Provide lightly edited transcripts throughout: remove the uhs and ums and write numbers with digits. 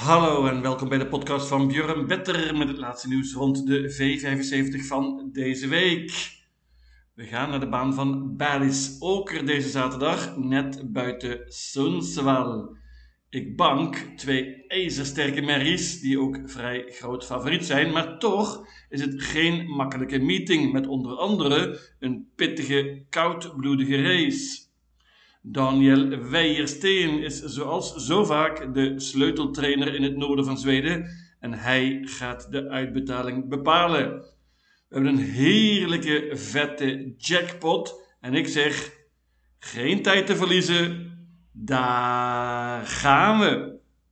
Hallo en welkom bij de podcast van Björn Better met het laatste nieuws rond de V75 van deze week. We gaan naar de baan van Balisoker deze zaterdag, net buiten Sundsvall. Ik bank 2 ijzersterke merries die ook vrij groot favoriet zijn, maar toch is het geen makkelijke meeting met onder andere een pittige, koudbloedige race. Daniel Weijersteen is zoals zo vaak de sleuteltrainer in het noorden van Zweden en hij gaat de uitbetaling bepalen. We hebben een heerlijke vette jackpot en ik zeg, geen tijd te verliezen, daar gaan we!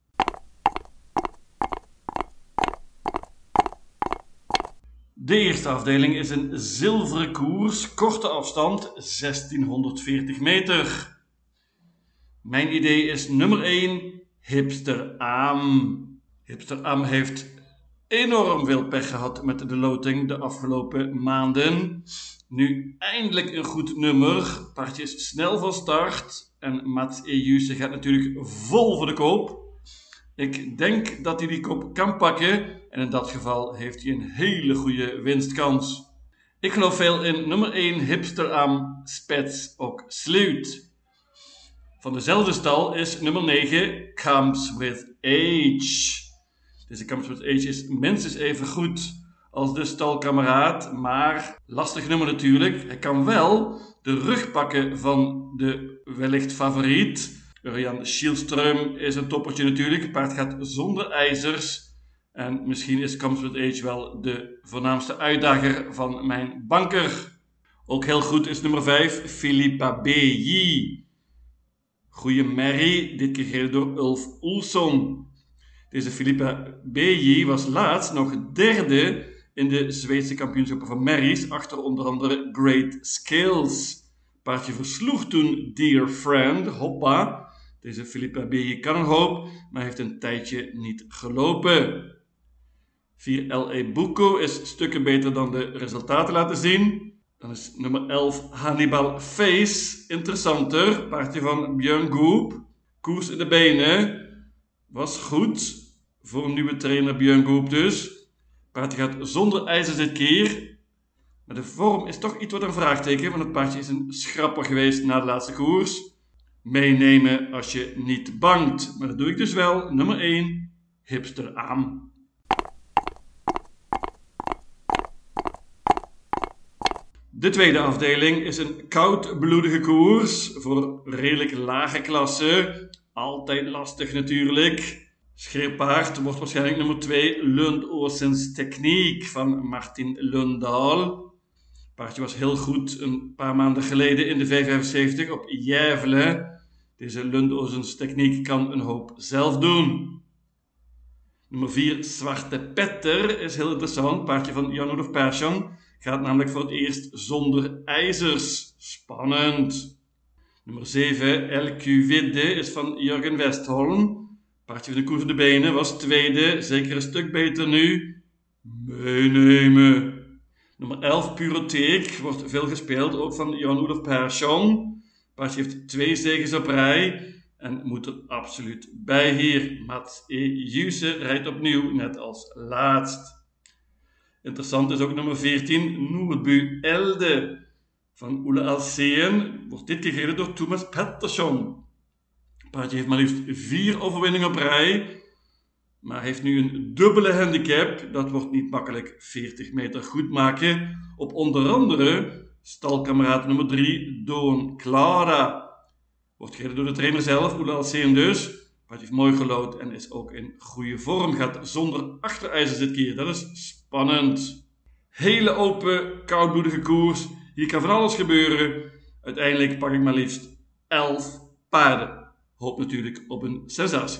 De eerste afdeling is een zilveren koers, korte afstand, 1640 meter. Mijn idee is nummer 1, Hipster Am. Hipster Am heeft enorm veel pech gehad met de loting de afgelopen maanden. Nu eindelijk een goed nummer. Paardje is snel van start. En Mats Ejuse gaat natuurlijk vol voor de koop. Ik denk dat hij die kop kan pakken. En in dat geval heeft hij een hele goede winstkans. Ik geloof veel in nummer 1, Hipster Am, Spets ook Sluit. Van dezelfde stal is nummer 9, Comes With Age. Deze Comes With Age is minstens even goed als de stalkameraad, maar lastig nummer natuurlijk. Hij kan wel de rug pakken van de wellicht favoriet. Örjan Kihlström is een toppertje natuurlijk. Het paard gaat zonder ijzers. En misschien is Comes With Age wel de voornaamste uitdager van mijn banker. Ook heel goed is nummer 5, Philippa B.J. Goeie merrie, dit keer gereden door Ulf Olsson. Deze Philippa B.J. was laatst nog derde in de Zweedse kampioenschappen van merries, achter onder andere Great Skills. Paardje versloeg toen Dear Friend, hoppa. Deze Philippa B.J. kan een hoop, maar heeft een tijdje niet gelopen. 4 L.A. Bucco is stukken beter dan de resultaten laten zien. Dan is nummer 11 Hannibal Face interessanter. Paardje van Björn Goop. Koers in de benen. Was goed. Voor een nieuwe trainer Björn Goop dus. Paardje gaat zonder ijzers dit keer. Maar de vorm is toch iets wat een vraagteken. Want het paardje is een schrapper geweest na de laatste koers. Meenemen als je niet bangt. Maar dat doe ik dus wel. Nummer 1. Hipster Am. De tweede afdeling is een koudbloedige koers voor redelijk lage klasse. Altijd lastig natuurlijk. Scheerpaard wordt waarschijnlijk nummer 2 Lundåsens Techniek van Martin Lundahl. Paardje was heel goed een paar maanden geleden in de V75 op Gävle. Deze Lundåsens Techniek kan een hoop zelf doen. Nummer 4 Zwarte Petter is heel interessant. Paardje van Jan-Olof Persson. Gaat namelijk voor het eerst zonder ijzers. Spannend. Nummer 7, LQ Widde, is van Jurgen Westholm. Paardje van de koers op de benen, was tweede. Zeker een stuk beter nu. Meenemen. Nummer 11, Purotheek, wordt veel gespeeld, ook van Jan-Olof Persson. Paardje heeft 2 zegens op rij en moet er absoluut bij hier. Mats Ejuse rijdt opnieuw, net als laatst. Interessant is ook nummer 14, Noordbu Elde van Olle Alseen. Wordt dit keer gereden door Thomas Pettersson. Paardje heeft maar liefst 4 overwinningen op rij. Maar heeft nu een dubbele handicap. Dat wordt niet makkelijk 40 meter goed maken. Op onder andere stalkameraad nummer 3, Doon Clara. Wordt gereden door de trainer zelf, Olle Alseen dus. Paardje heeft mooi gelood en is ook in goede vorm. Gaat zonder achterijzers dit keer. Dat is spannend. Hele open, koudbloedige koers. Hier kan van alles gebeuren. Uiteindelijk pak ik maar liefst 11 paarden. Hoop natuurlijk op een sensatie.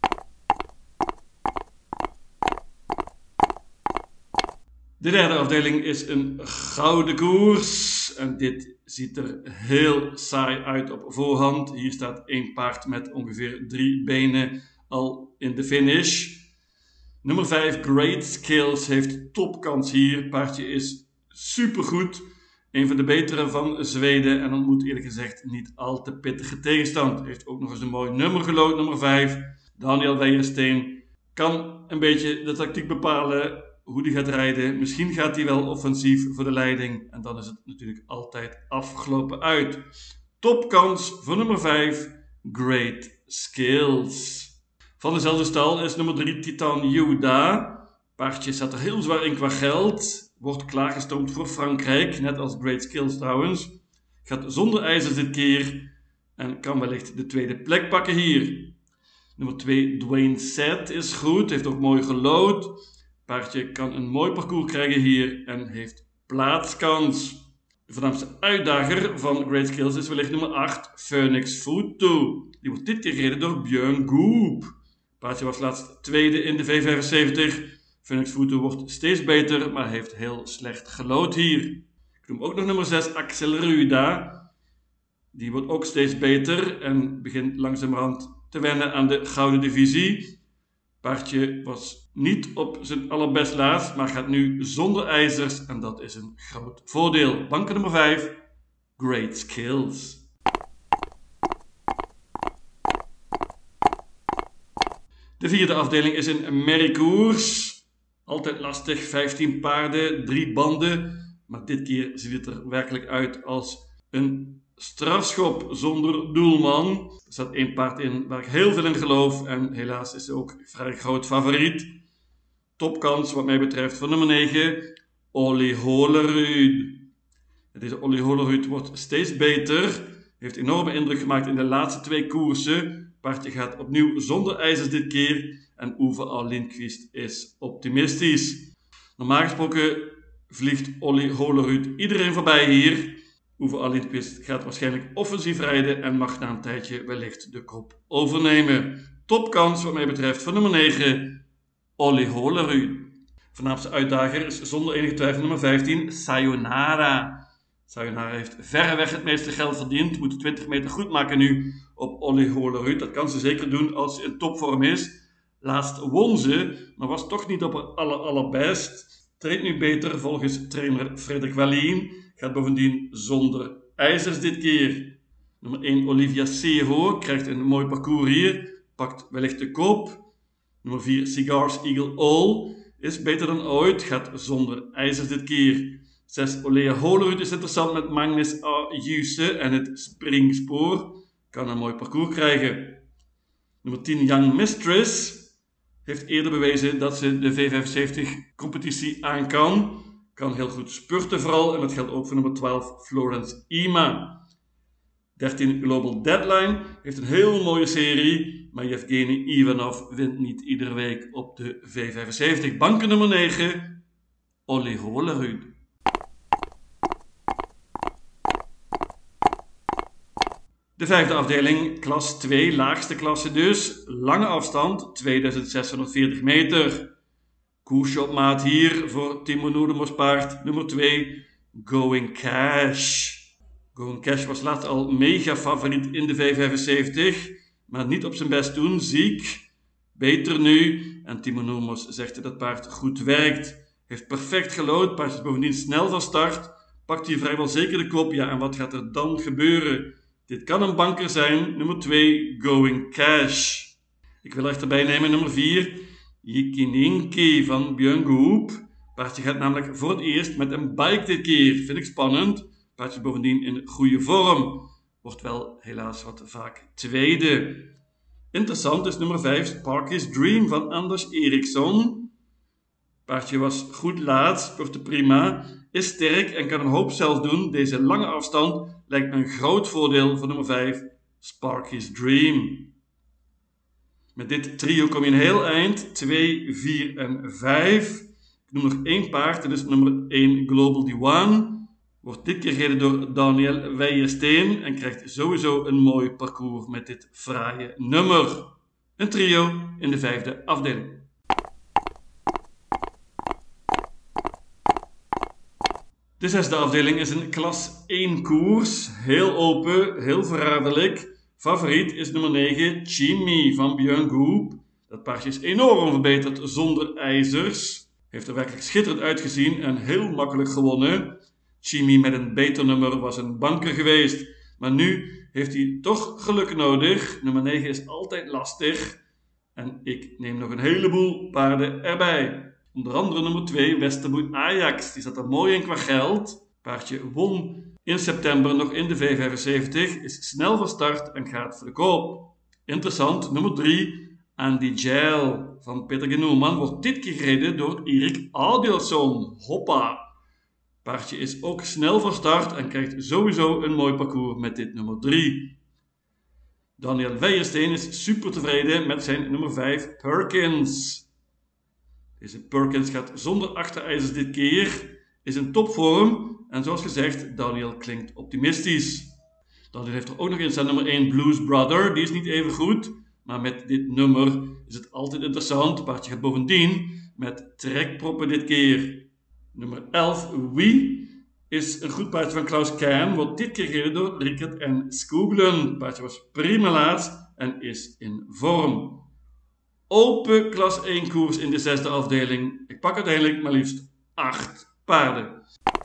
De derde afdeling is een gouden koers. En dit ziet er heel saai uit op voorhand. Hier staat 1 paard met ongeveer 3 benen al in de finish. Nummer 5, Great Skills, heeft topkans hier. Paardje is supergoed. Een van de betere van Zweden en ontmoet eerlijk gezegd niet al te pittige tegenstand. Heeft ook nog eens een mooi nummer gelood, nummer 5. Daniel Weijersteen. kan een beetje de tactiek bepalen hoe die gaat rijden. Misschien gaat hij wel offensief voor de leiding. En dan is het natuurlijk altijd afgelopen uit. Topkans voor nummer 5, Great Skills. Van dezelfde stal is nummer 3, Titan Juda. Paardje staat er heel zwaar in qua geld. Wordt klaargestoomd voor Frankrijk, net als Great Skills trouwens. Gaat zonder ijzers dit keer en kan wellicht de tweede plek pakken hier. Nummer 2, Dwayne Set is goed, heeft ook mooi gelood. Paardje kan een mooi parcours krijgen hier en heeft plaatskans. De voornaamste uitdager van Great Skills is wellicht nummer 8, Phoenix Futu. Die wordt dit keer gereden door Björn Goop. Paardje was laatst tweede in de V75. Phoenix Futu wordt steeds beter, maar heeft heel slecht gelood hier. Ik noem ook nog nummer 6, Axel Ruda. Die wordt ook steeds beter en begint langzamerhand te wennen aan de gouden divisie. Paardje was niet op zijn allerbest laatst, maar gaat nu zonder ijzers en dat is een groot voordeel. Banken nummer 5, Great Skills. De vierde afdeling is een merriekoers. Altijd lastig, 15 paarden, 3 banden. Maar dit keer ziet het er werkelijk uit als een strafschop zonder doelman. Er staat 1 paard in waar ik heel veel in geloof. En helaas is hij ook vrij groot favoriet. Topkans wat mij betreft voor nummer 9, Olly Holerud. Deze Olly Holerud wordt steeds beter. Heeft enorme indruk gemaakt in de laatste 2 koersen. Paardje gaat opnieuw zonder ijzers dit keer. En Uwe A. Lindqvist is optimistisch. Normaal gesproken vliegt Olly Holerud iedereen voorbij hier. Uwe A. Lindqvist gaat waarschijnlijk offensief rijden en mag na een tijdje wellicht de kop overnemen. Topkans wat mij betreft voor nummer 9, Olly Holerud. Voornaamste uitdager is zonder enige twijfel nummer 15, Sayonara. Sayonara heeft verreweg het meeste geld verdiend. Moet de 20 meter goed maken nu op Olly Holerud. Dat kan ze zeker doen als ze in topvorm is. Laatst won ze, maar was toch niet op haar allerbest. Treedt nu beter volgens trainer Frederik Wallien. Gaat bovendien zonder ijzers dit keer. Nummer 1 Olivia Seho krijgt een mooi parcours hier. Pakt wellicht de kop. Nummer 4 Cigars Eagle All is beter dan ooit. Gaat zonder ijzers dit keer. 6 Olea Holerud is interessant met Magnus A. Juse en het springspoor. Kan een mooi parcours krijgen. Nummer 10 Young Mistress heeft eerder bewezen dat ze de V75-competitie aan kan. Kan heel goed spurten vooral en dat geldt ook voor nummer 12 Florence Ima. 13 Global Deadline heeft een heel mooie serie, maar Yevgeny Ivanov wint niet iedere week op de V75. Banken nummer 9, Olly Holerud. De vijfde afdeling, klas 2, laagste klasse dus. Lange afstand, 2640 meter. Koersje op maat hier voor Timo Noordemos paard. Nummer 2, Going Cash. Going Cash was laatst al mega favoriet in de V75. Maar niet op zijn best toen, ziek. Beter nu. En Timo Noordemos zegt dat het paard goed werkt. Heeft perfect gelood, paard is bovendien snel van start. Pakt hier vrijwel zeker de kop. Ja, en wat gaat er dan gebeuren? Dit kan een banker zijn, nummer 2, Going Cash. Ik wil erbij nemen nummer 4, Yikininki van Björn Goop. Paardje gaat namelijk voor het eerst met een bike dit keer. Vind ik spannend. Paardje bovendien in goede vorm. Wordt wel helaas wat vaak tweede. Interessant is nummer 5, Sparky's Dream van Anders Eriksson. Paardje was goed laatst, spurte prima. Is sterk en kan een hoop zelf doen. Deze lange afstand lijkt me een groot voordeel voor nummer 5, Sparky's Dream. Met dit trio kom je een heel eind, 2, 4 en 5. Ik noem nog 1 paard, dat is nummer 1 Global D1. Wordt dit keer gereden door Daniel Weijersteen en krijgt sowieso een mooi parcours met dit fraaie nummer. Een trio in de vijfde afdeling. De zesde afdeling is een klas 1 koers. Heel open, heel verraderlijk. Favoriet is nummer 9, Chimi van Björn Goop. Dat paardje is enorm verbeterd zonder ijzers. Heeft er werkelijk schitterend uitgezien en heel makkelijk gewonnen. Chimi met een beter nummer was een banker geweest. Maar nu heeft hij toch geluk nodig. Nummer 9 is altijd lastig. En ik neem nog een heleboel paarden erbij. Onder andere nummer 2, Westerboet Ajax. Die zat er mooi in qua geld. Paardje won in september nog in de V75, is snel van start en gaat voor de koop. Interessant, nummer 3, Andy Jail van Peter Genoeman wordt dit keer gereden door Erik Adielsson. Hoppa! Paardje is ook snel van start en krijgt sowieso een mooi parcours met dit nummer 3. Daniel Weijersteen is super tevreden met zijn nummer 5, Perkins. Deze Perkins gaat zonder achterijzers dit keer, is in topvorm en zoals gezegd, Daniel klinkt optimistisch. Daniel heeft er ook nog in zijn nummer 1, Blues Brother, die is niet even goed, maar met dit nummer is het altijd interessant. Het paardje gaat bovendien met trekproppen dit keer. Nummer 11, Wie, is een goed paardje van Klaus Kahn, wordt dit keer gereden door Rickert en Skoogelen. Het paardje was prima laatst en is in vorm. Open klas 1 koers in de 6e afdeling. Ik pak uiteindelijk maar liefst 8 paarden.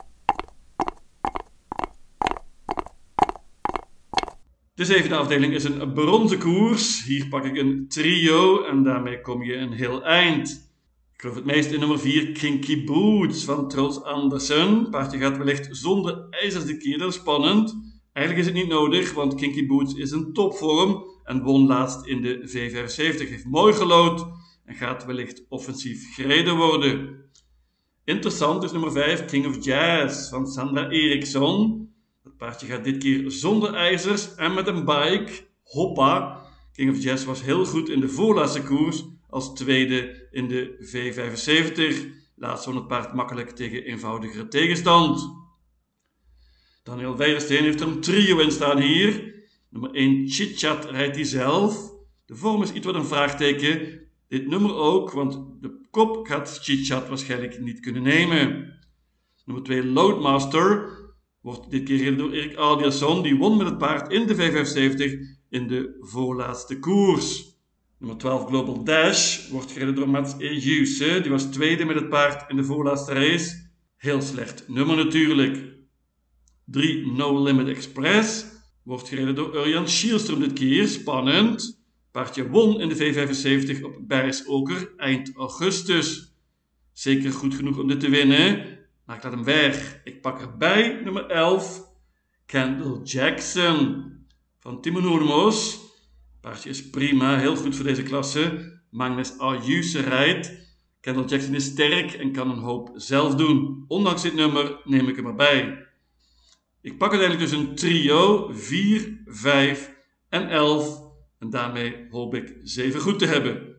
De 7e afdeling is een bronzen koers. Hier pak ik een trio en daarmee kom je een heel eind. Ik geloof het meest in nummer 4, Kinky Boots van Truls Andersen. Paardje gaat wellicht zonder ijzers de keer, dat is spannend. Eigenlijk is het niet nodig, want Kinky Boots is in topvorm en won laatst in de V75. Heeft mooi gelood en gaat wellicht offensief gereden worden. Interessant is nummer 5, King of Jazz van Sandra Eriksson. Het paardje gaat dit keer zonder ijzers en met een bike. Hoppa! King of Jazz was heel goed in de voorlaatste koers als tweede in de V75. Laatst won het paard makkelijk tegen eenvoudigere tegenstand. Daniel Weijersteen heeft er een trio in staan hier. Nummer 1, Chitchat rijdt hij zelf. De vorm is iets wat een vraagteken. Dit nummer ook, want de kop gaat Chitchat waarschijnlijk niet kunnen nemen. Nummer 2, Loadmaster, wordt dit keer gereden door Erik Adielsson. Die won met het paard in de V75 in de voorlaatste koers. Nummer 12, Global Dash, wordt gereden door Mats Ejuse. Die was tweede met het paard in de voorlaatste race. Heel slecht nummer natuurlijk. 3, No Limit Express, wordt gereden door Urjan Schielström dit keer. Spannend. Paardje won in de V75 op Bergsoker eind augustus. Zeker goed genoeg om dit te winnen, maar ik laat hem weg. Ik pak erbij nummer 11, Kendall Jackson van Timo Noormos. Paardje is prima, heel goed voor deze klasse. Magnus Ayuse rijdt. Kendall Jackson is sterk en kan een hoop zelf doen. Ondanks dit nummer neem ik hem erbij. Ik pak uiteindelijk dus een trio, 4, 5 en 11. En daarmee hoop ik 7 goed te hebben.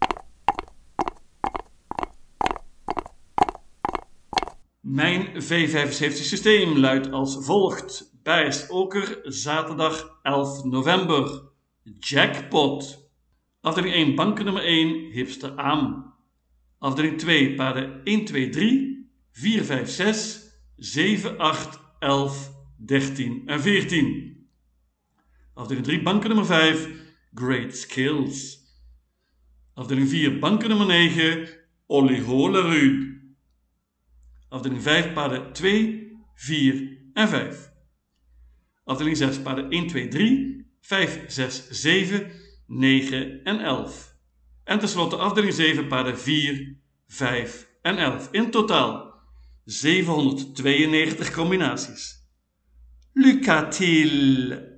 Mijn V75 systeem luidt als volgt. Bergsoker, zaterdag 11 november. Jackpot. Afdeling 1, banken nummer 1, Hipster Am. Afdeling 2, paarden 1, 2, 3, 4, 5, 6, 7, 8, 11, 13 en 14. Afdeling 3, banken nummer 5, Great Skills. Afdeling 4, banken nummer 9, Oliholerud. Afdeling 5, paarden 2, 4 en 5. Afdeling 6, paarden 1, 2, 3, 5, 6, 7, 9 en 11. En tenslotte afdeling 7, paarden 4, 5 en 11. In totaal 792 combinaties. Lucatil.